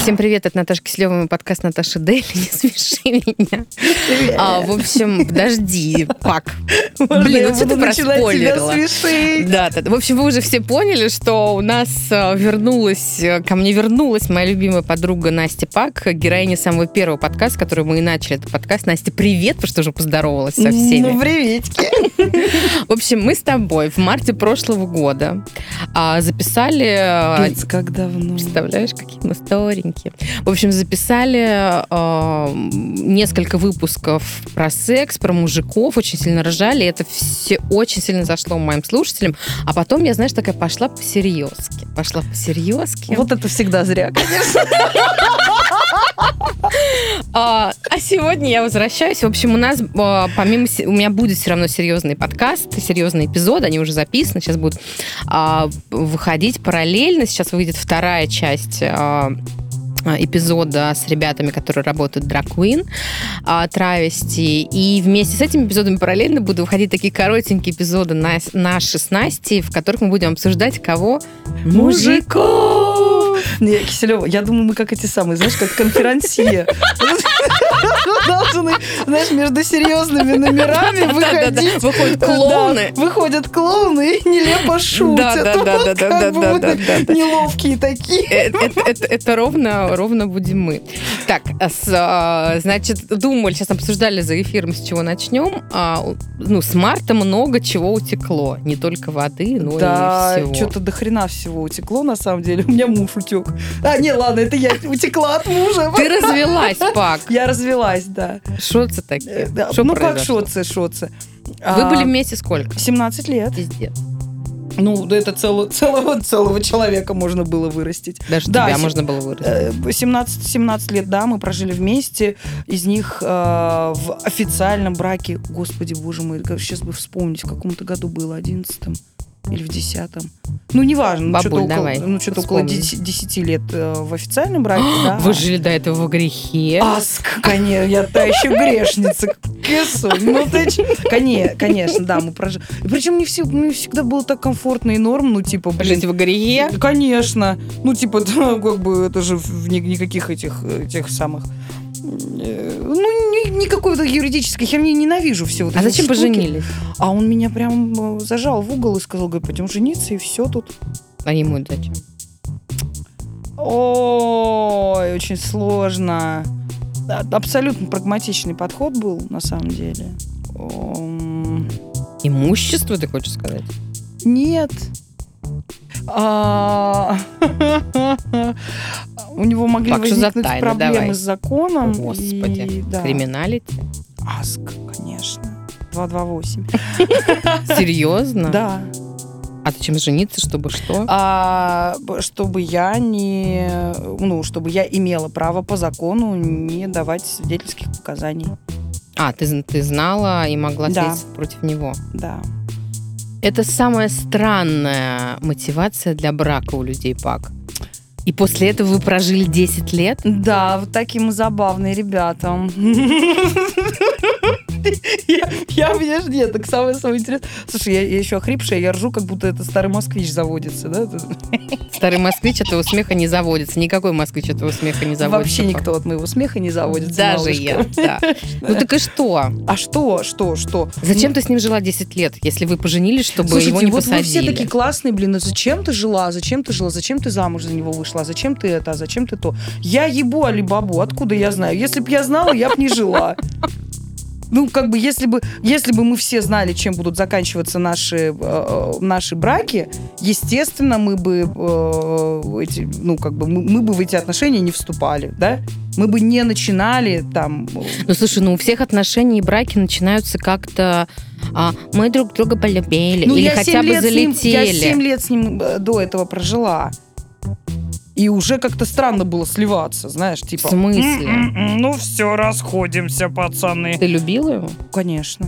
Всем привет, это Наташа Киселева, мой подкаст «Наташа Дейли». Не смеши меня. В общем, подожди, Пак. Блин, вот что ты проспойлерила. Да. В общем, вы уже все поняли, что у нас ко мне вернулась моя любимая подруга Настя Пак, героиня самого первого подкаста, который мы и начали. Это подкаст. Настя, привет, потому что уже поздоровалась со всеми. Ну, приветики. В общем, мы с тобой в марте прошлого года записали... Пиц, как давно. Представляешь, какие мы старенькие. В общем, записали несколько выпусков про секс, про мужиков, очень сильно ржали, и это все очень сильно зашло моим слушателям. А потом я, знаешь, такая пошла по-серьезки. Вот это всегда зря, конечно. А сегодня я возвращаюсь. В общем, у нас помимо... У меня будет все равно серьезный подкаст, серьезный эпизод, они уже записаны, сейчас будут выходить параллельно. Сейчас выйдет вторая часть эпизода с ребятами, которые работают Drag Queen, травести. И вместе с этими эпизодами параллельно будут выходить такие коротенькие эпизоды наши с Настей, в которых мы будем обсуждать кого? Мужиков! Не, Киселева, я думаю, мы как эти самые, знаешь, как конферансье. Должны, знаешь, между серьезными номерами выходить. Выходят клоуны. Выходят клоуны и нелепо шутят. Да. Неловкие такие. Это ровно будем мы. Так, значит, думали, сейчас обсуждали за эфиром, с чего начнем. С марта много чего утекло. Не только воды, но и всего. Да, что-то до хрена всего утекло, на самом деле. У меня муж утек. Не, ладно, это я утекла от мужа. Ты развелась, Пак. Я развелась, да. Шоцы такие. Ну как шоцы? Вы были вместе сколько? 17 лет. Пиздец. Ну, это целого человека можно было вырастить. Даже тебя можно было вырастить. 17 лет, да, мы прожили вместе. Из них в официальном браке, господи, боже мой, сейчас бы вспомнить, в каком-то году было, 11-м или в 10-м. Ну, неважно. Бабуль, давай. Что-то около 10 лет в официальном браке, да. Вы жили до этого во грехе. Конечно, я та еще грешница. Конечно, да, мы прожили. Причем мне всегда было так комфортно и норм, Жить во грехе? Конечно. Это же никаких этих самых... никакой юридической херни, ненавижу все. А зачем поженились? А он меня прям зажал в угол и сказал, говорит, пойдем жениться, и все тут. А ему зачем? Ой, очень сложно. Абсолютно прагматичный подход был, на самом деле. Имущество, ты хочешь сказать? Нет. У него могли возникнуть проблемы с законом. Господи, криминалити? АСК, конечно. 228. Серьезно? Да. А зачем жениться, чтобы что? Чтобы я чтобы я имела право по закону не давать свидетельских показаний. Ты знала и могла сесть против него? Да. Это самая странная мотивация для брака у людей, Пак. И после этого вы прожили 10 лет? Да, вот такие мы забавные ребята. Нет, так самое интересное. Слушай, я еще охрипшая, я ржу, как будто это старый москвич заводится, да? Старый москвич от его смеха не заводится. Никакой москвич от его смеха не заводится. Вообще никто от моего смеха не заводится. Даже я, да. Ну так и что? А что? Зачем ты с ним жила 10 лет, если вы поженились, чтобы его не посадили? Вы все такие классные, блин, зачем ты жила, зачем ты замуж за него вышла, зачем ты это, зачем ты то? Я ебу Али-Бабу, откуда я знаю? Если бы я знала, я бы не жила. Если бы мы все знали, чем будут заканчиваться наши браки, естественно, мы бы в эти отношения не вступали, да? Мы бы не начинали там... Ну, слушай, у всех отношения и браки начинаются как-то... мы друг друга полюбили, или хотя бы залетели. Я 7 лет с ним до этого прожила. И уже как-то странно было сливаться, знаешь, типа... В смысле? Ну все, расходимся, пацаны. Ты любила его? Конечно.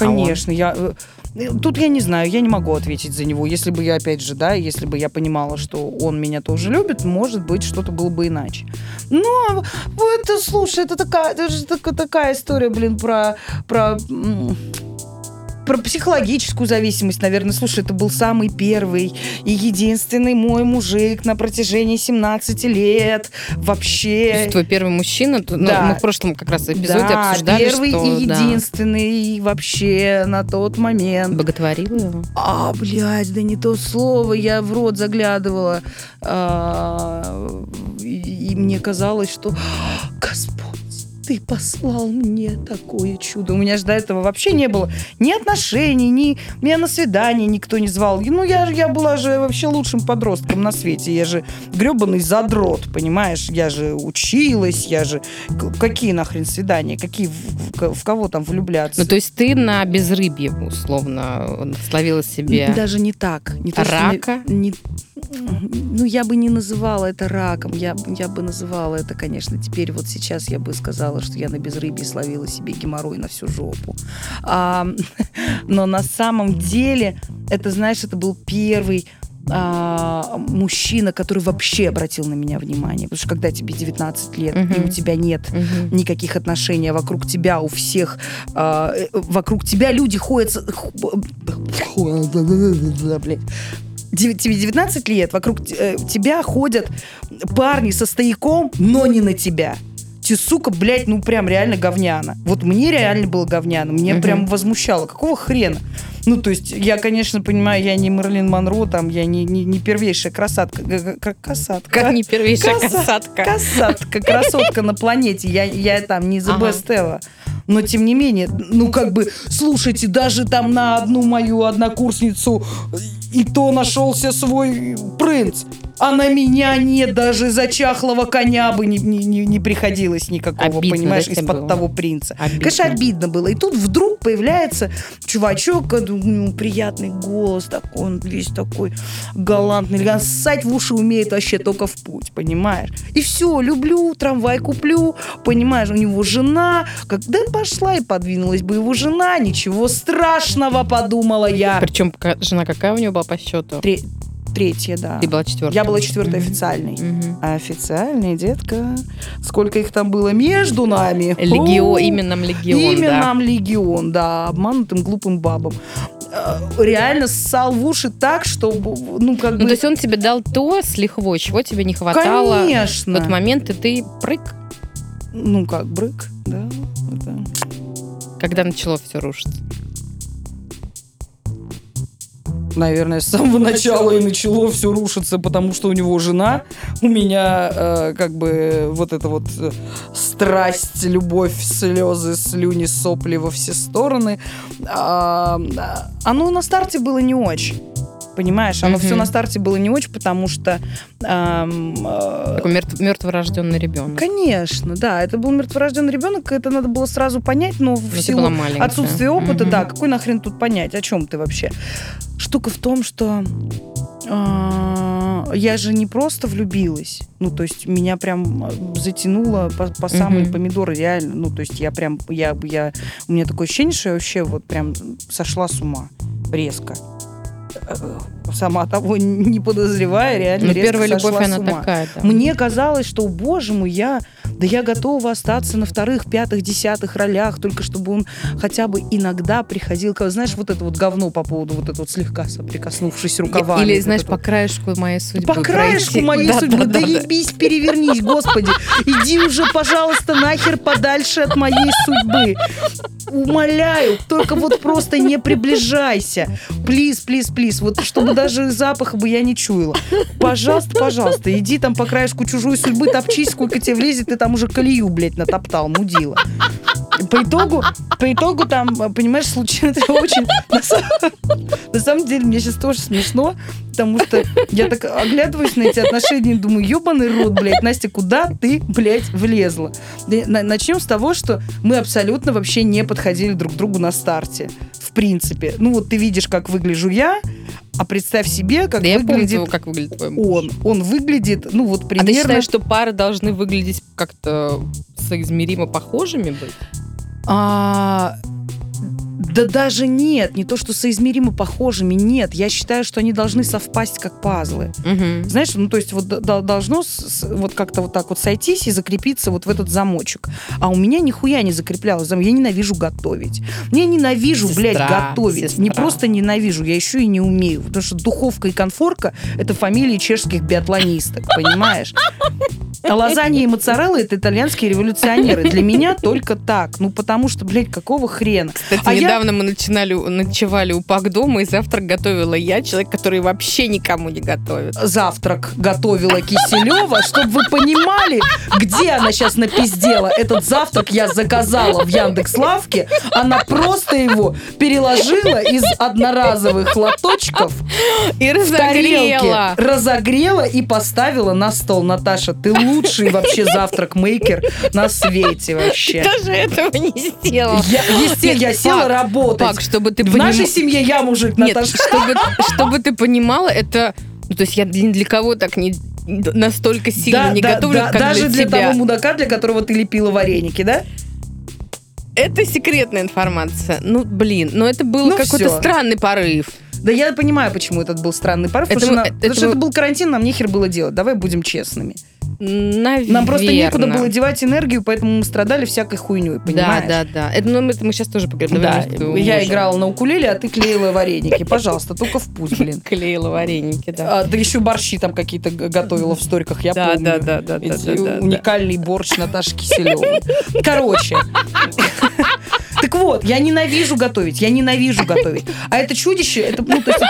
Тут я не знаю, я не могу ответить за него. Если бы я, опять же, если бы я понимала, что он меня тоже любит, может быть, что-то было бы иначе. Но слушай, это такая история, блин, про про психологическую зависимость, наверное. Слушай, это был самый первый и единственный мой мужик на протяжении 17 лет. Вообще. То есть твой первый мужчина? Да. Ну, мы в прошлом как раз эпизоде обсуждали, первый что... и единственный вообще на тот момент. Боготворила его? Блядь, да не то слово. Я в рот заглядывала. И мне казалось, что Господь, ты послал мне такое чудо. У меня же до этого вообще не было ни отношений, ни меня на свидание никто не звал. Ну, я была же вообще лучшим подростком на свете. Я же гребаный задрот, понимаешь? Я же училась, я же... Какие нахрен свидания? Какие? В кого там влюбляться? Ну, то есть ты на безрыбье, условно, словила себе... Даже не так. Не то, рака? Ну, я бы не называла это раком. Я бы называла это, конечно, теперь вот сейчас я бы сказала, что я на безрыбье словила себе геморрой на всю жопу. Но на самом деле, это, знаешь, это был первый мужчина, который вообще обратил на меня внимание. Потому что когда тебе 19 лет, и у тебя нет никаких отношений, а вокруг тебя у всех... вокруг тебя люди ходят... Тебе 19 лет, вокруг тебя ходят парни со стояком, но не на тебя. Ты, сука, блядь, ну прям реально говняно. Вот мне реально было говняно. Мне прям возмущало. Какого хрена? Ну, то есть, я, конечно, понимаю, я не Мэрилин Монро, там, я не первейшая красотка. Касатка. Как не первейшая касатка? Касатка, красотка на планете. Я там не the best ever. Но, тем не менее, ну, как бы, слушайте, даже там на одну мою однокурсницу и то нашелся свой принц. А на меня нет, даже за чахлого коня бы не приходилось никакого, обидно, понимаешь, да, из-под того принца. Обидно. Конечно, обидно было. И тут вдруг появляется чувачок, ну, приятный голос такой, он весь такой галантный, ссать в уши умеет вообще только в путь, понимаешь? И все, люблю, трамвай куплю, понимаешь, у него жена, когда пошла и подвинулась бы его жена, ничего страшного, подумала я. Причем жена какая у него была по счету? Третья, да. Ты была четвертая? Я была четвертой официальной. Официальная, детка. Сколько их там было между нами. Именем Легион, Именем Легион, да. Обманутым глупым бабам. Реально ссал в уши так, что, ну, как бы... Ну, то есть он тебе дал то с лихвой, чего тебе не хватало. Конечно. В тот момент, и ты прыг. Ну, как брык, да. Это... Когда начало все рушиться? Наверное, с самого начала и начало все рушиться, потому что у него жена, у меня как бы вот эта вот страсть, любовь, слезы, слюни, сопли во все стороны. Оно на старте было не очень. Понимаешь, оно все на старте было не очень, потому что... Такой мертворожденный ребенок. Конечно, да. Это был мертворожденный ребенок, это надо было сразу понять, но в силу отсутствия опыта, да, какой нахрен тут понять, о чем ты вообще? Штука в том, что я же не просто влюбилась. Ну, то есть, меня прям затянуло по самые помидоры, реально. Ну, то есть, я прям... у меня такое ощущение, что я вообще вот прям сошла с ума резко. Сама того не подозревая, реально резко первая сошла любовь, с она ума. такая. Да. Мне казалось, что, боже мой, я готова остаться на 2-х, 5-х, 10-х ролях, только чтобы он хотя бы иногда приходил. Знаешь, вот это вот говно по поводу вот этого вот слегка соприкоснувшись рукавами. Или, знаешь, по краешку моей судьбы. По краешку моей судьбы. Да ебись, перевернись, господи. Иди уже, пожалуйста, нахер подальше от моей судьбы. Умоляю, только вот просто не приближайся. Плиз, плиз, плиз. Вот чтобы даже запаха бы я не чуяла. Пожалуйста, пожалуйста, иди там по краешку чужой судьбы, топчись, сколько тебе влезет, ты там уже колею, блядь, натоптал, мудила. По итогу там, понимаешь, случилось очень... На самом деле, мне сейчас тоже смешно, потому что я так оглядываюсь на эти отношения и думаю, ебаный рот, блядь, Настя, куда ты, блядь, влезла? Начнем с того, что мы абсолютно вообще не подходили друг к другу на старте. В принципе. Ну, вот ты видишь, как выгляжу я, а представь себе, как выглядит... Я помню, как выглядит твой муж. Он выглядит, ну, вот примерно... А ты считаешь, что пары должны выглядеть как-то соизмеримо похожими быть? Да даже нет, не то, что соизмеримо похожими, нет. Я считаю, что они должны совпасть как пазлы. Угу. Знаешь, ну то есть вот должно вот как-то вот так вот сойтись и закрепиться вот в этот замочек. А у меня нихуя не закреплялось. Я ненавижу готовить. Я ненавижу, готовить. Не просто ненавижу, я еще и не умею. Потому что духовка и конфорка — это фамилии чешских биатлонисток, понимаешь? А лазанья и моцарелла — это итальянские революционеры. Для меня только так. Ну, потому что, блядь, какого хрена? Кстати, недавно мы ночевали у Пак дома, и завтрак готовила я, человек, который вообще никому не готовит. Завтрак готовила Киселева, чтобы вы понимали, где она сейчас напиздела. Этот завтрак я заказала в Яндекс.Лавке. Она просто его переложила из одноразовых лоточков и разогрела. Разогрела и поставила на стол. Наташа, ты лучший вообще завтрак-мейкер на свете вообще. Даже этого не сделала. Я села работать. Пак, чтобы ты в нашей семье я мужик, Наташа. Нет, чтобы ты понимала, это... Ну, то есть я для кого так не настолько сильно не готовлю, как даже для тебя. Того мудака, для которого ты лепила вареники, да? Это секретная информация. Ну, блин, но это был какой-то странный порыв. Да я понимаю, почему этот был странный порыв. Потому что это был карантин, нам нехер было делать. Давай будем честными. Наверное. Нам просто некуда было девать энергию, поэтому мы страдали всякой хуйней, понимаешь? Да. Это мы сейчас тоже поговорим. Да, я играла на укулеле, а ты клеила вареники. Пожалуйста, только вкус, блин. Клеила вареники, да. Да еще борщи там какие-то готовила в сториках, я помню. Да. Уникальный борщ Наташи Киселевой. Короче. Так вот, я ненавижу готовить. А это чудище, это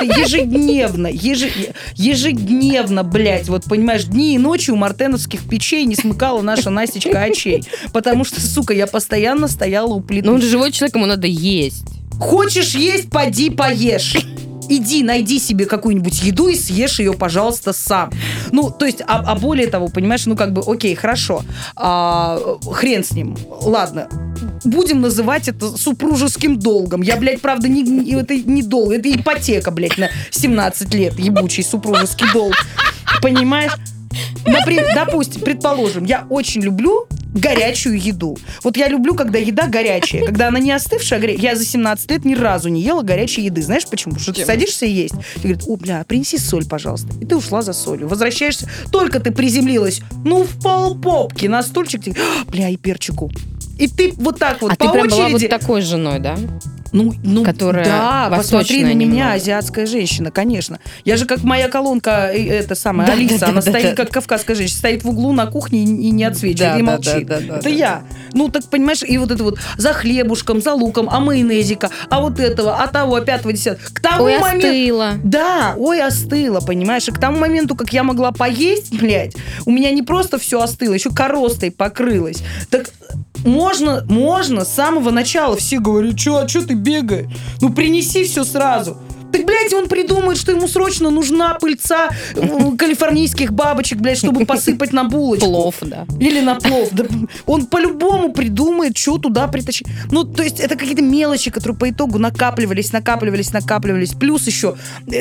ежедневно, блядь, вот понимаешь, дни и ночи у мартеновских печей не смыкала наша Настечка очей. Потому что, сука, я постоянно стояла у плиты. Но он же живой человек, ему надо есть. Хочешь есть, поди поешь. Иди, найди себе какую-нибудь еду и съешь ее, пожалуйста, сам. Ну, то есть, а более того, понимаешь, ну, как бы, окей, хорошо, хрен с ним, ладно, будем называть это супружеским долгом. Я, блядь, правда, это не долг, это ипотека, блядь, на 17 лет, ебучий супружеский долг, понимаешь? Допустим, предположим, я очень люблю горячую еду. Вот я люблю, когда еда горячая. Когда она не остывшая, я за 17 лет ни разу не ела горячей еды. Знаешь почему? Потому что ты садишься и есть. Ты говоришь, принеси соль, пожалуйста. И ты ушла за солью. Возвращаешься, только ты приземлилась, в полпопки на стульчик, и перчику. И ты вот так вот по очереди... А ты прям была вот такой женой, да? Которая да, посмотри на меня, азиатская женщина, конечно. Я же как моя колонка, Алиса, она стоит как кавказская женщина, стоит в углу на кухне и не отсвечивает, и молчит. Это я. Так понимаешь, и вот это вот за хлебушком, за луком, а майонезика, а вот этого, а того, а 5-10. К тому моменту... остыла. Да, остыла, понимаешь. И к тому моменту, как я могла поесть, блядь, у меня не просто все остыло, еще коростой покрылось. Так можно с самого начала. Все говорят, что ты бегаешь? Принеси все сразу. Так, блядь, он придумает, что ему срочно нужна пыльца калифорнийских бабочек, блядь, чтобы посыпать на булочку. Плов, да. Или на плов. Да, он по-любому придумает, что туда притащить. То есть это какие-то мелочи, которые по итогу накапливались. Плюс еще,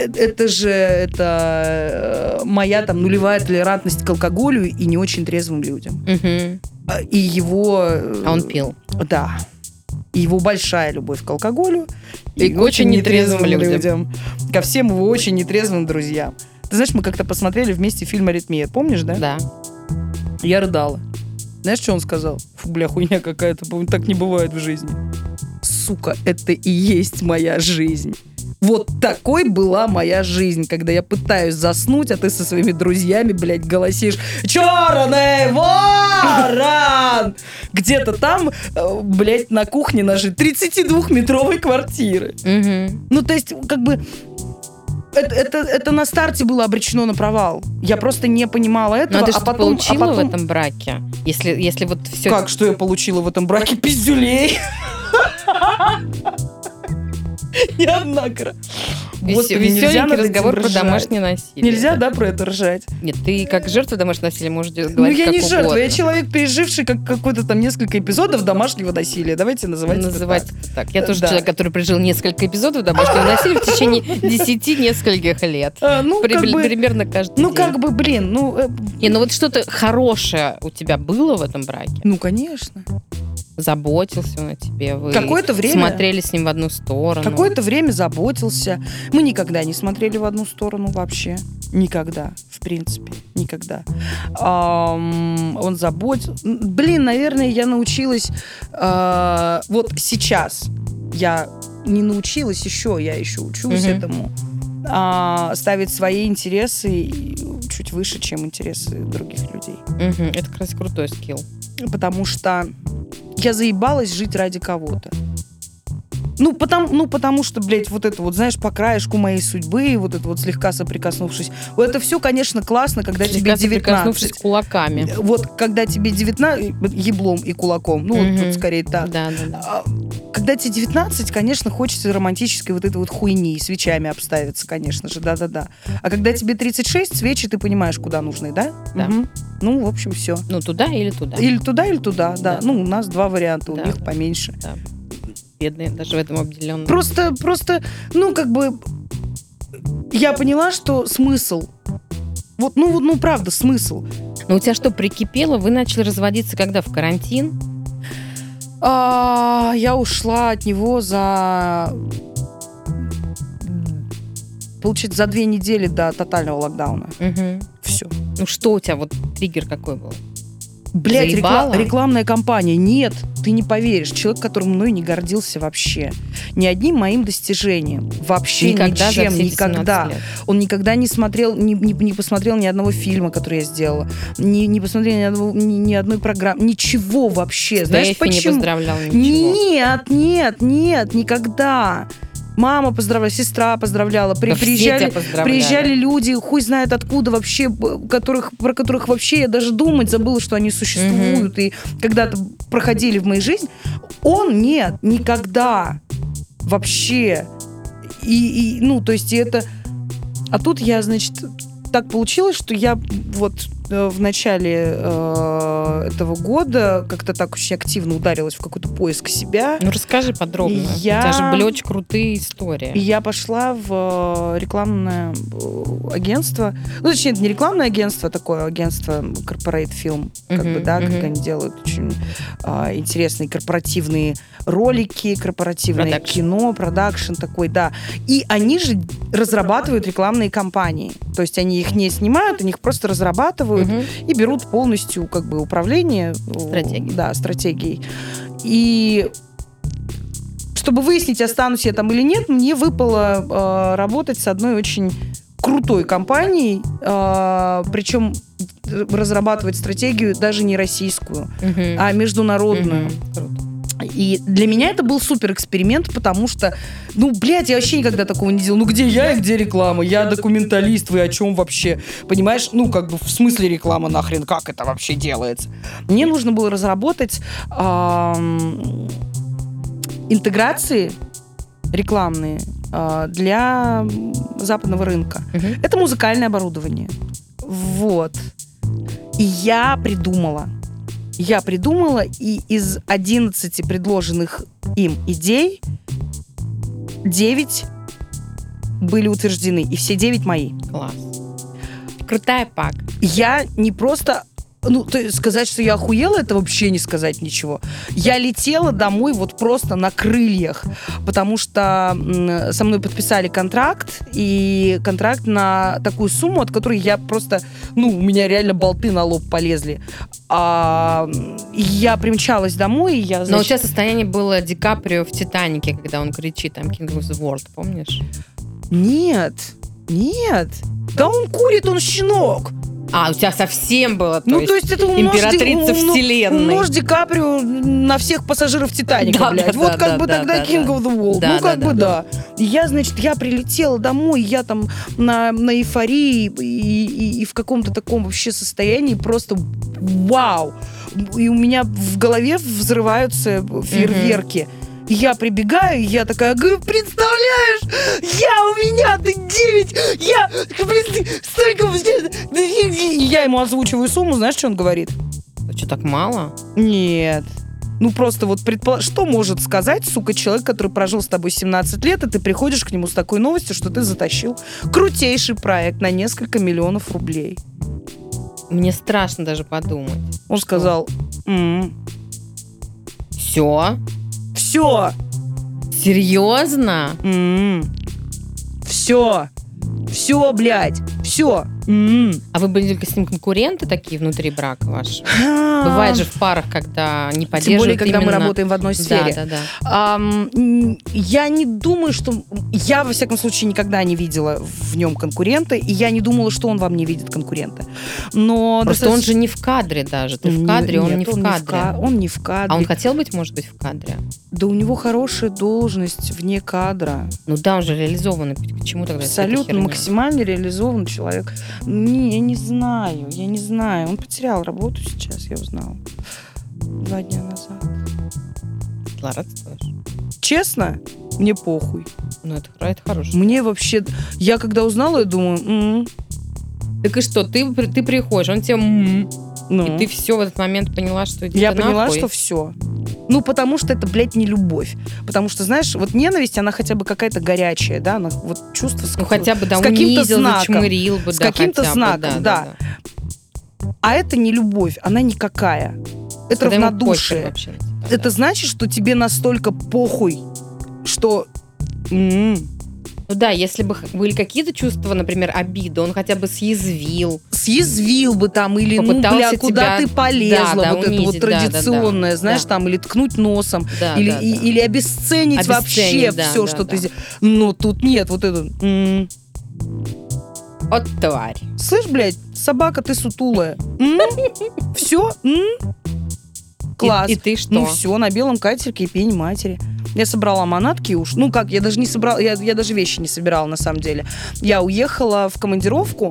это моя там нулевая толерантность к алкоголю и не очень трезвым людям. Угу. И его... А он пил. Да. И его большая любовь к алкоголю. И к очень нетрезвым людям. Ко всем его очень нетрезвым друзьям. Ты знаешь, мы как-то посмотрели вместе фильм «Аритмия». Помнишь, да? Да. Я рыдала. Знаешь, что он сказал? Фу, бля, хуйня какая-то. Так не бывает в жизни. Сука, это и есть моя жизнь. Вот такой была моя жизнь, когда я пытаюсь заснуть, а ты со своими друзьями, блядь, голосишь «Черный ворон!» Где-то там, блядь, на кухне нашей 32-метровой квартиры. Угу. То есть, как бы, это на старте было обречено на провал. Я просто не понимала этого. Но ты что получила в этом браке? Если вот все... Как, что я получила в этом браке? Пиздюлей! Неоднократно. Веселенький разговор про домашнее насилие. Нельзя, да, про это ржать? Нет, ты как жертва домашнего насилия можешь говорить я как не угодно. жертва, я человек, переживший какой-то там несколько эпизодов домашнего насилия. Давайте называть это так. Я тоже человек, который пережил несколько эпизодов домашнего насилия в течение 10 нескольких лет. Примерно каждый день. как бы, блин, вот что-то хорошее у тебя было в этом браке? Конечно. заботился он о тебе? Вы какое-то время смотрели с ним в одну сторону? Какое-то время заботился. Мы никогда не смотрели в одну сторону вообще. Никогда, в принципе, никогда. Он заботился. Блин, наверное, я научилась... Вот сейчас я не научилась еще, я еще учусь этому. Ставить свои интересы чуть выше, чем интересы других людей. Это как раз крутой скилл. Потому что я заебалась жить ради кого-то. Потому что, блядь, вот это вот, знаешь, по краешку моей судьбы, вот это вот слегка соприкоснувшись. Вот это все, конечно, когда тебе 19. Соприкоснувшись кулаками. Вот когда тебе 19, еблом и кулаком, вот скорее так. Да. Когда тебе 19, конечно, хочется романтической вот этой вот хуйни, и свечами обставиться, конечно же, да-да-да. А когда тебе 36, свечи ты понимаешь, куда нужны, да? Да. Ну, в общем, все. Туда или туда? Или туда, да. У нас два варианта, у них поменьше. Да. Бедные, даже в этом обделенные. Просто, я поняла, что смысл. Правда, смысл. Но у тебя что, прикипело? Вы начали разводиться когда? В карантин? Я ушла от него получается, за 2 недели до тотального локдауна. Все. Что у тебя, триггер какой был? Блядь, рекламная кампания. Нет, ты не поверишь. Человек, который мной не гордился вообще. Ни одним моим достижением. Вообще никогда ничем. Никогда. Он никогда не смотрел, не посмотрел ни одного фильма, который я сделала. Не посмотрел ни одной программы. Ничего вообще. Знаешь, почему? Не поздравлял ничего. Нет, никогда. Мама поздравляла, сестра поздравляла, приезжали люди, хуй знает откуда вообще, про которых вообще я даже думать забыла, что они существуют и когда-то проходили в моей жизни. Он нет, никогда вообще. То есть это... А тут я, значит, так получилось, что я в начале этого года как-то так очень активно ударилась в какой-то поиск себя. Расскажи подробно. У тебя же были очень крутые истории. И я пошла в рекламное агентство. Точнее, это не рекламное агентство, а такое агентство Corporate Film, когда они делают очень интересные корпоративные ролики, корпоративное кино, продакшн такой, да. И они же разрабатывают рекламные кампании. То есть они их не снимают, они их просто разрабатывают и берут полностью управление стратегией. И чтобы выяснить, останусь я там или нет, мне выпало работать с одной очень крутой компанией, причем разрабатывать стратегию даже не российскую, а международную. И для меня это был супер эксперимент, потому что, я вообще никогда такого не делала. Где я и где реклама? Я документалист, вы о чем вообще? Понимаешь? В смысле реклама нахрен? Как это вообще делается? Мне нужно было разработать интеграции рекламные для западного рынка. Это музыкальное оборудование. И я придумала, и из 11 предложенных им идей 9 были утверждены, и все 9 мои. Класс. Крутая пак. Я не просто... сказать, что я охуела, это вообще не сказать ничего. Я летела домой просто на крыльях, потому что со мной подписали контракт, и контракт на такую сумму, от которой я просто... у меня реально болты на лоб полезли. Я примчалась домой, и я... Но у тебя состояние было Ди Каприо в «Титанике», когда он кричит там «King of the World», помнишь? Нет. Да он курит, он щенок. У тебя совсем было, то есть это императрица вселенной. Умножь Ди Каприо на всех пассажиров «Титаника», блядь. Тогда King of the World. Да. И я прилетела домой, я там на эйфории и в каком-то таком вообще состоянии просто вау. И у меня в голове взрываются фейерверки. И я прибегаю, и я такая, говорю, представляешь, у меня-то 9, столько... И я ему озвучиваю сумму, знаешь, что он говорит? Что, так мало? Нет. Просто что может сказать, сука, человек, который прожил с тобой 17 лет, и ты приходишь к нему с такой новостью, что ты затащил крутейший проект на несколько миллионов рублей. Мне страшно даже подумать. Он сказал... Все, Все? Все. Серьезно? Все. Все, блядь. Все. А вы были только с ним конкуренты такие внутри брака вашего? Бывает же в парах, когда не поддерживают. Тем более, когда именно... мы работаем в одной сфере. Да. Я не думаю, что... Я, во всяком случае, никогда не видела в нем конкурента, и я не думала, что он во мне видит конкурента. Но просто он же не в кадре даже. Ты в кадре, он не в кадре. Он не в кадре. А он хотел быть, может быть, в кадре? Да у него хорошая должность вне кадра. Ну да, он же реализованный. К чему тогда абсолютно максимально реализованный человек. Я не знаю. Он потерял работу сейчас, я узнала. 2 дня назад. Злорадствуешь? Честно? Мне похуй. Ну, это хорошо. Мне вообще... Я когда узнала, я думаю... Так и что? Ты приходишь, он тебе... И ты все в этот момент поняла, что иди я поняла, что все. Ну, потому что это, блядь, не любовь. Потому что, знаешь, вот ненависть, она хотя бы какая-то горячая, да, она вот чувство с, хотя бы, да, с каким-то унизил, знаком. зачмырил бы, с каким-то знаком, да. А это не любовь, она никакая. Это когда равнодушие. Это значит, что тебе настолько похуй, что... Ну да, если бы были какие-то чувства, например, обиды, он хотя бы съязвил. Съязвил бы там, или, куда ты полезла, вот унизить, это вот традиционное, знаешь, там, или ткнуть носом, или обесценить вообще все, что ты сделал. Но тут нет, вот это... Вот тварь. Слышь, блядь, собака, ты сутулая. Все? Класс. И ты что? Ну все, на белом катерке и пень матери. Я собрала манатки уж. Ну как, я даже не собрала, я даже вещи не собирала на самом деле. Я уехала в командировку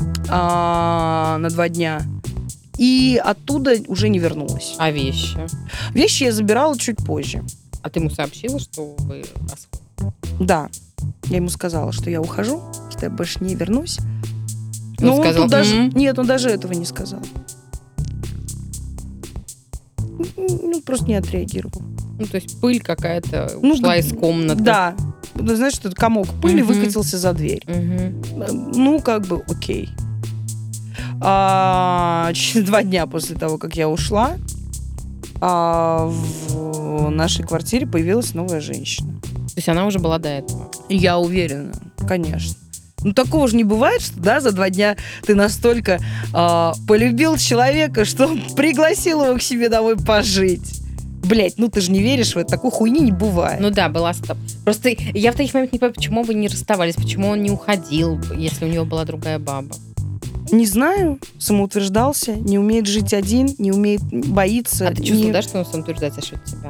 на 2 дня. И оттуда уже не вернулась. А вещи? Вещи я забирала чуть позже. А ты ему сообщила, что вы расходитесь? Да. Я ему сказала, что я ухожу, что я больше не вернусь. Но он сказал, нет, он даже этого не сказал. Ну, просто не отреагировал. Ну, то есть пыль какая-то ушла из комнаты. Да. Знаешь, что это комок пыли выкатился за дверь. Ну, как бы, окей. Через 2 дня после того, как я ушла, в нашей квартире появилась новая женщина. То есть она уже была до этого? Я уверена, конечно. Ну, такого же не бывает, что, да, за 2 дня ты настолько полюбил человека, что пригласил его к себе домой пожить. Блять, ну ты же не веришь в это, такой хуйни не бывает. Ну да, была стоп. Просто я в таких моментах не понимаю, почему вы не расставались, почему он не уходил, если у него была другая баба. Не знаю, самоутверждался, не умеет жить один, не умеет, боится. А ты чувствовал, да, что он самоутверждается за счет тебя?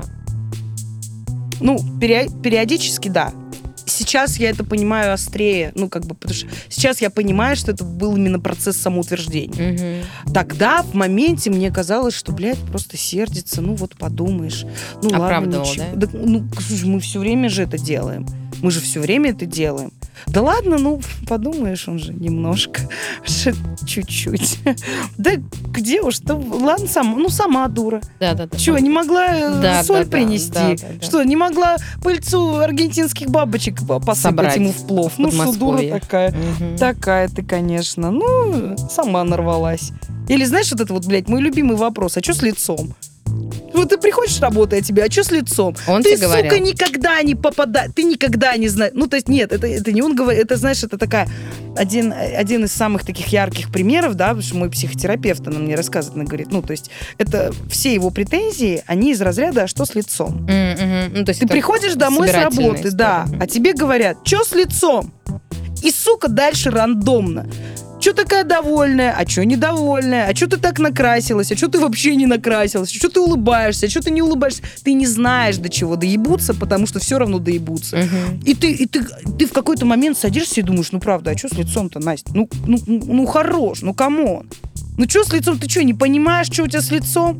Ну, периодически, да. Сейчас я это понимаю острее, ну, как бы, потому что сейчас я понимаю, что это был именно процесс самоутверждения. Тогда, в моменте, мне казалось, что, блядь, просто сердится, ну, вот подумаешь. Ну, ладно, ничего. Да? Ну, мы все время же это делаем. Мы же все время это делаем. Да ладно, ну, подумаешь, он же немножко, чуть-чуть. Да где уж, да ладно, сама дура. Да. Чего, не могла соль принести? Что, не могла пыльцу аргентинских бабочек посыпать ему в плов? Ну, что дура такая? Такая ты, конечно. Ну, сама нарвалась. Или знаешь, вот это вот, блядь, мой любимый вопрос, а что с лицом? Вот ты приходишь работать, а тебе, а что с лицом? Он ты, тебе сука, говорил? никогда не попадаешь, ты никогда не знаешь. Ну, то есть, нет, это не он говорит, это, знаешь, это такая, один из самых таких ярких примеров, да, потому что мой психотерапевт, она мне рассказывает, она говорит, ну, то есть, это все его претензии, они из разряда, а что с лицом? Ну, то есть ты приходишь домой с работы, да, а тебе говорят, что с лицом? И, сука, дальше рандомно. Что такая довольная, а что недовольная, а что ты так накрасилась, а что ты вообще не накрасилась, а что ты улыбаешься, а что ты не улыбаешься. Ты не знаешь, до чего доебутся, потому что все равно доебутся. И ты в какой-то момент садишься и думаешь, ну правда, а что с лицом-то, Настя? Ну хорош, ну камон. Ну что с лицом, ты что, не понимаешь, что у тебя с лицом?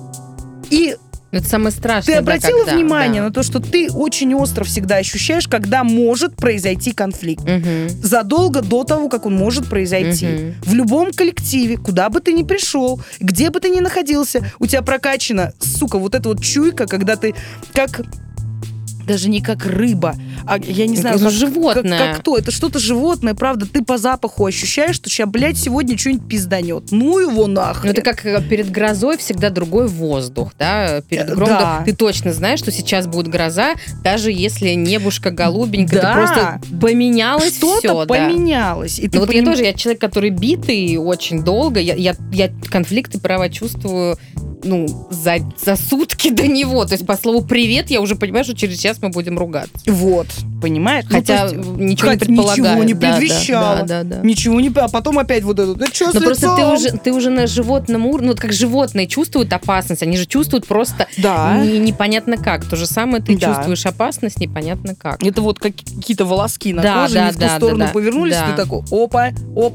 И это самое страшное. Ты обратила внимание на то, что ты очень остро всегда ощущаешь, когда может произойти конфликт. Задолго до того, как он может произойти. В любом коллективе, куда бы ты ни пришел, где бы ты ни находился, у тебя прокачана, сука, вот эта вот чуйка, когда ты как... даже не как рыба, а я не знаю, как животное. Как кто? Это что-то животное, правда. Ты по запаху ощущаешь, что сейчас, блядь, сегодня что-нибудь пизданет. Ну его нахрен. Ну, это как перед грозой всегда другой воздух, да? Перед громом ты точно знаешь, что сейчас будет гроза, даже если небушка голубенькая, ты просто поменялось что-то все. Поменялось. Да. Вот я человек, который битый очень долго, я конфликты права чувствую за сутки до него. То есть по слову «привет» я уже понимаю, что через час мы будем ругаться. Вот, понимаешь? Хотя ничего не предполагает. Ничего не предвещало. Да. Ничего не... А потом опять вот это. Но просто ты уже на животном уровне, как животные чувствуют опасность, они же чувствуют просто непонятно как. То же самое ты чувствуешь опасность непонятно как. Это вот какие-то волоски на коже, не в ту сторону повернулись, ты такой опа,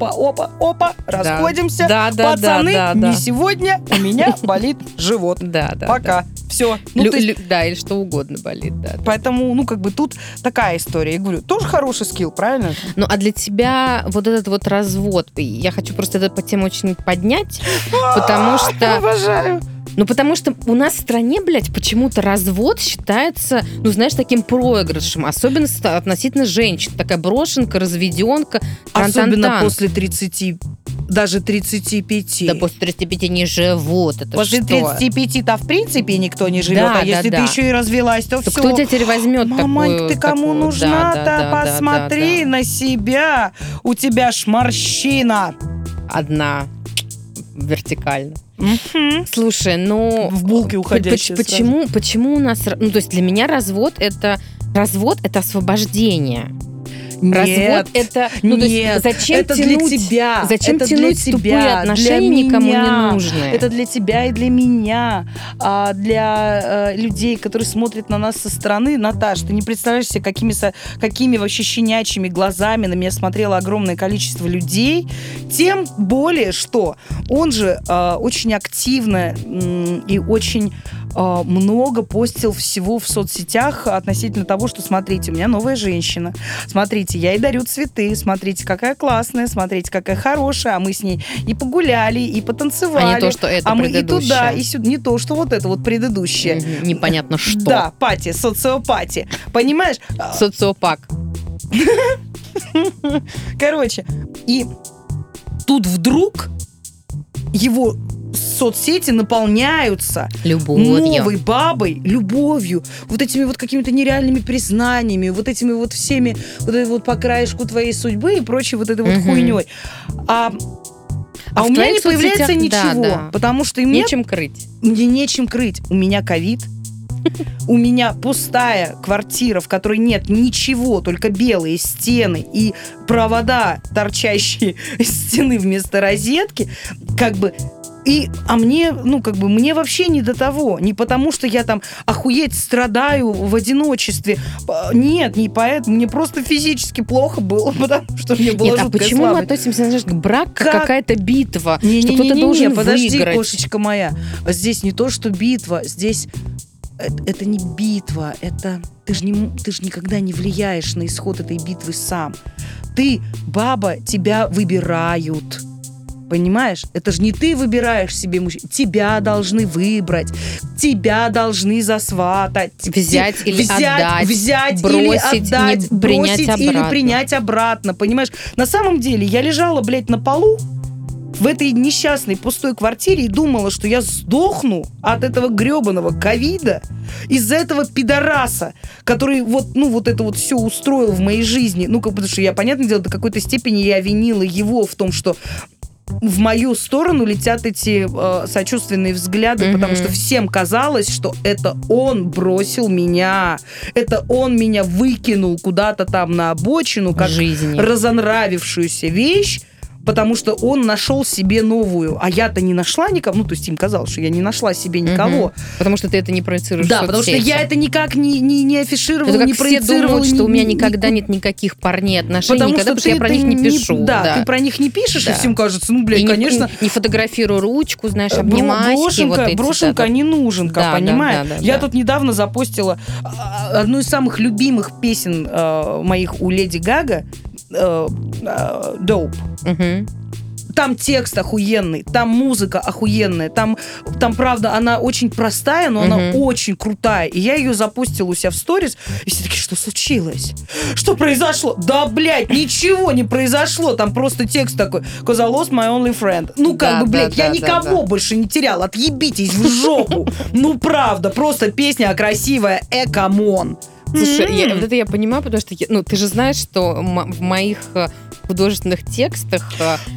расходимся. Пацаны, не сегодня, у меня болит живот. Пока. Все. Или что угодно болит. Поэтому, тут такая история. Я говорю, тоже хороший скилл, правильно? Ну, а для тебя вот этот вот развод, я хочу просто эту тему очень поднять, потому что... Обожаю. Потому что у нас в стране, блядь, почему-то развод считается, таким проигрышем, особенно относительно женщин. Такая брошенка, разведенка, особенно после 30, даже 35. Да после 35 не живут. Это после 35-то в принципе никто не живет, а если ты еще и развелась, то все. Кто тебя теперь возьмет такую? Мамань, ты кому нужна-то? Посмотри на себя. У тебя ж морщина. Одна. Вертикально. Слушай, в булке уходящая почему у нас... то есть для меня развод это освобождение. Нет, это... зачем это тянуть, для тебя. Зачем это тянуть для тупые тебя, отношения для никому меня. не нужные? Это для тебя и для меня. А для людей, которые смотрят на нас со стороны, Наташ, ты не представляешь себе, какими вообще щенячьими глазами на меня смотрело огромное количество людей. Тем более, что он же очень активно и очень много постил всего в соцсетях относительно того, что, смотрите, у меня новая женщина, смотрите, я ей дарю цветы, смотрите, какая классная, смотрите, какая хорошая, а мы с ней и погуляли, и потанцевали. А не то, что это мы предыдущее. И туда, и сюда. Не то, что вот это вот предыдущее. Непонятно что. Да, пати, социопати. Понимаешь? Социопак. Короче, и тут вдруг его соцсети наполняются новой бабой, любовью, вот этими вот какими-то нереальными признаниями, вот этими вот всеми, вот этой вот по краешку твоей судьбы и прочей вот этой вот хуйней. А у меня не появляется ничего, потому что нечем крыть. Мне нечем крыть. У меня ковид. У меня пустая квартира, в которой нет ничего, только белые стены и провода, торчащие из стены вместо розетки. Мне вообще не до того. Не потому, что я там охуеть страдаю в одиночестве. Нет, не поэтому. Мне просто физически плохо было, потому что мне было жуткая почему слабость. мы относимся, знаешь, к браку как какая-то битва? Что кто-то должен подожди, выиграть. Кошечка моя. Здесь не то, что битва. Здесь это не битва. Это ты же никогда не влияешь на исход этой битвы сам. Ты, баба, тебя выбирают. Понимаешь? Это же не ты выбираешь себе мужчину. Тебя должны выбрать. Тебя должны засватать. Взять или отдать. Взять бросить, или отдать. Бросить или принять обратно. Понимаешь? На самом деле я лежала, блядь, на полу в этой несчастной пустой квартире и думала, что я сдохну от этого гребаного ковида из-за этого пидораса, который вот это вот все устроил в моей жизни. Потому что я, понятное дело, до какой-то степени я винила его в том, что в мою сторону летят эти сочувственные взгляды, потому что всем казалось, что это он бросил меня, это он меня выкинул куда-то там на обочину, как разонравившуюся вещь, потому что он нашел себе новую, а я-то не нашла никого, то есть им казалось, что я не нашла себе никого. Потому что ты это не проецируешь в соцсети. Да, потому что я это никак не афишировала, это не проецировала. Все думают, что у меня никогда нет никаких парней, отношений, потому что я про них не пишу. Да, ты про них не пишешь, и всем кажется, конечно... Не фотографирую ручку, знаешь, обнимашки. Брошенка не нуженка, понимаешь? Я тут недавно запостила одну из самых любимых песен моих у Леди Гага, Dope. там текст охуенный, там музыка охуенная, там правда, она очень простая, но она очень крутая. И я ее запустила у себя в сторис, и все такие, что случилось? Что произошло? Да, блядь, ничего не произошло. Там просто текст такой, cause I lost my only friend. Ну, как бы, блядь, я никого больше не терял. Отъебитесь в жопу. Ну, правда, просто песня красивая, камон. Слушай, вот это я понимаю, потому что, ты же знаешь, что в моих художественных текстах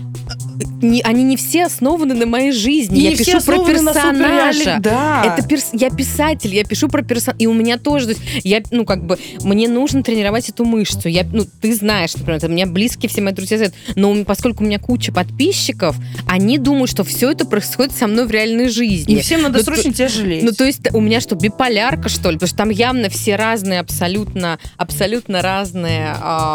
они не все основаны на моей жизни. Я пишу про персонажа. Да. Я писатель, я пишу про персонажа. И у меня тоже, мне нужно тренировать эту мышцу. Ты знаешь, например, у меня близкие все мои друзья знают, но поскольку у меня куча подписчиков, они думают, что все это происходит со мной в реальной жизни. И всем надо срочно тебя жалеть. То есть у меня что, биполярка, что ли? Потому что там явно все разные, абсолютно разные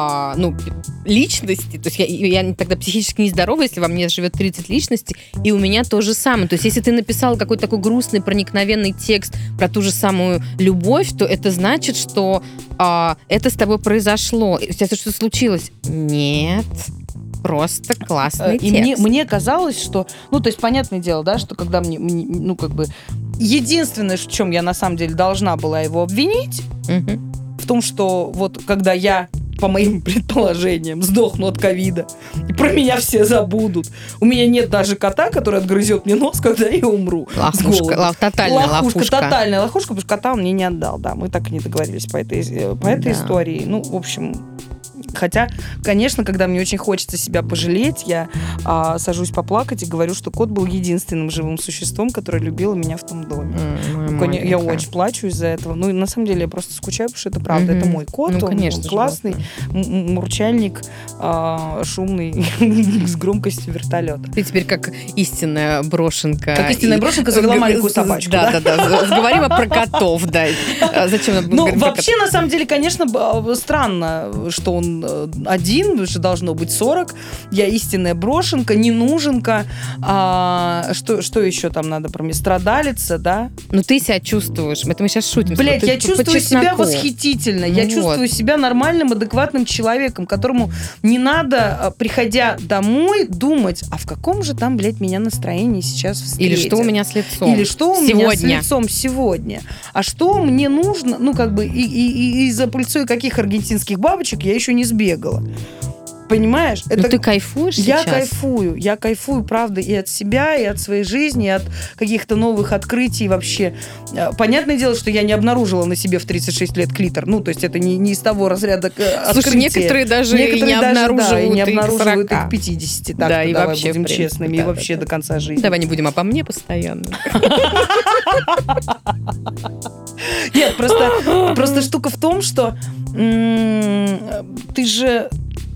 личности. То есть я тогда психически нездорова, если во мне живет 30 личностей, и у меня то же самое. То есть если ты написал какой-то такой грустный, проникновенный текст про ту же самую любовь, то это значит, что это с тобой произошло. У тебя что-то случилось? Нет. Просто классный текст. И мне казалось, что... то есть, понятное дело, да, что когда мне единственное, в чем я на самом деле должна была его обвинить, в том, что вот когда я, по моим предположениям, сдохну от ковида, и про меня все забудут. У меня нет даже кота, который отгрызет мне нос, когда я умру. Тотальная лохушка. Тотальная лохушка, потому что кота он мне не отдал. Да, мы так и не договорились по этой истории. В общем... Хотя, конечно, когда мне очень хочется себя пожалеть, я сажусь поплакать и говорю, что кот был единственным живым существом, которое любило меня в том доме. Я очень плачу из-за этого. И на самом деле я просто скучаю, потому что это правда. Это мой кот, он классный, мурчальник, шумный, с громкостью вертолета. Ты теперь как истинная брошенка. Как истинная брошенка завела маленькую собачку. Да. Говорим про котов, да. Зачем нам вообще, на самом деле, конечно, странно, что он один, потому что должно быть 40. Я истинная брошенка, ненуженка. Что еще там надо про меня? Страдалица, да? Ты себя чувствуешь. Это мы сейчас шутим. Блядь, я чувствую себя восхитительно. Я чувствую себя нормальным, адекватным человеком, которому не надо, приходя домой, думать, а в каком же там, блядь, меня настроении сейчас встретят? Или что у меня с лицом. Или что у меня с лицом сегодня. А что мне нужно? И за пыльцой каких аргентинских бабочек я еще не сбегала. Понимаешь? Ты кайфуешь сейчас? Я кайфую, правда, и от себя, и от своей жизни, и от каких-то новых открытий вообще. Понятное дело, что я не обнаружила на себе в 36 лет клитор. То есть это не из того разряда открытия. Слушай, некоторые даже не обнаруживают их к 50. Так, да, и давай вообще, будем честными, и вообще до конца жизни. Давай не будем обо мне постоянно. Нет, просто штука в том, что ты же,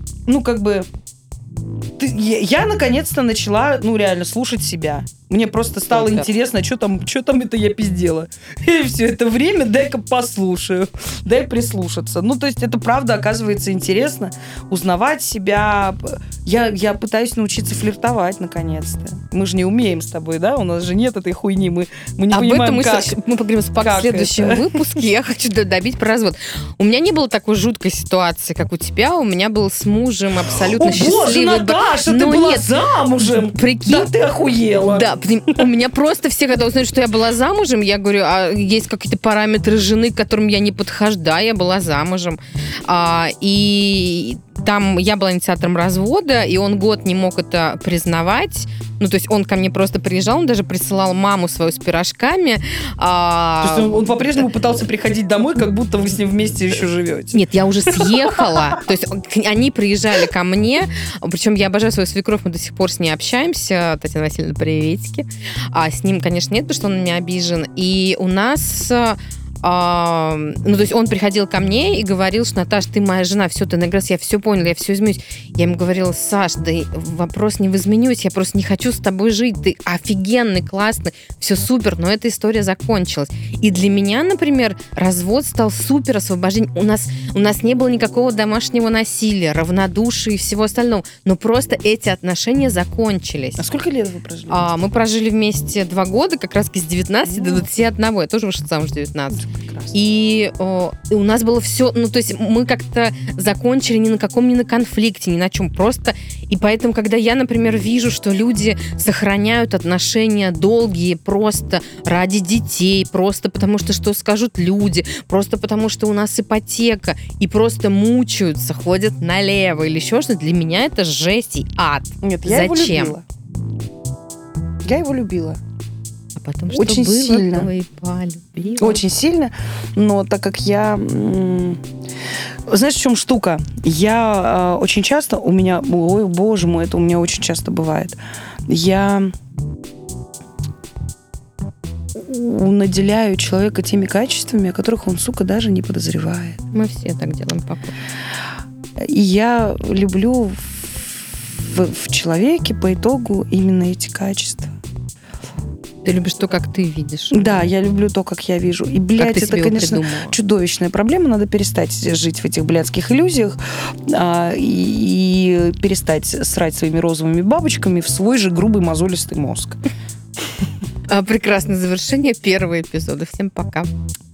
я наконец-то начала, реально слушать себя. Мне просто стало интересно, что там это я пиздела. И все это время дай-ка послушаю, дай прислушаться. То есть это правда оказывается интересно, узнавать себя. Я пытаюсь научиться флиртовать наконец-то. Мы же не умеем с тобой, да? У нас же нет этой хуйни. Мы не понимаем, как. Мы поговорим в следующем выпуске. Я хочу добить про развод. У меня не было такой жуткой ситуации, как у тебя. У меня был с мужем абсолютно счастливый. Боже, Наташа, ты была замужем! Прикинь. Да ты охуела! Да, у меня просто все, когда узнали, что я была замужем, я говорю, а есть какие-то параметры жены, к которым я не подхожу. Да, я была замужем. И там я была инициатором развода, и он год не мог это признавать. То есть он ко мне просто приезжал, он даже присылал маму свою с пирожками. То есть он по-прежнему пытался приходить домой, как будто вы с ним вместе еще живете. Нет, я уже съехала. То есть они приезжали ко мне, причем я обожаю свою свекровь, мы до сих пор с ней общаемся. Татьяна Васильевна, приветики. А с ним, конечно, нет, потому что он на меня обижен. И у нас... то есть он приходил ко мне и говорил, что Наташ, ты моя жена, все, ты наигралась, я все поняла, я все изменюсь. Я ему говорила, Саш, да вопрос не в изменюсь, я просто не хочу с тобой жить, ты офигенный, классный, все супер, но эта история закончилась. И для меня, например, развод стал супер освобождением. У нас не было никакого домашнего насилия, равнодушия и всего остального, но просто эти отношения закончились. А сколько лет вы прожили? Мы прожили вместе 2 года, как раз с 19 до 21. Я тоже вышла замуж в 19. И у нас было все, ну, то есть мы как-то закончили ни на конфликте, ни на чем, просто. И поэтому, когда я, например, вижу, что люди сохраняют отношения долгие просто ради детей, просто потому что скажут люди, просто потому что у нас ипотека, и просто мучаются, ходят налево или еще что-то, для меня это жесть и ад. Нет, я его любила. Я его любила. А потом что очень было, сильно. то и полюбила. Очень сильно, но так как я... Знаешь, в чем штука? Я очень часто, у меня, ой, боже мой, это у меня очень часто бывает, я наделяю человека теми качествами, о которых он, сука, даже не подозревает. Мы все так делаем, папа. И я люблю в человеке по итогу именно эти качества. Ты любишь то, как ты видишь. Да, я люблю то, как я вижу. И, блядь, это, конечно, чудовищная проблема. Надо перестать жить в этих блядских иллюзиях и перестать срать своими розовыми бабочками в свой же грубый мозолистый мозг. Прекрасное завершение первого эпизода. Всем пока.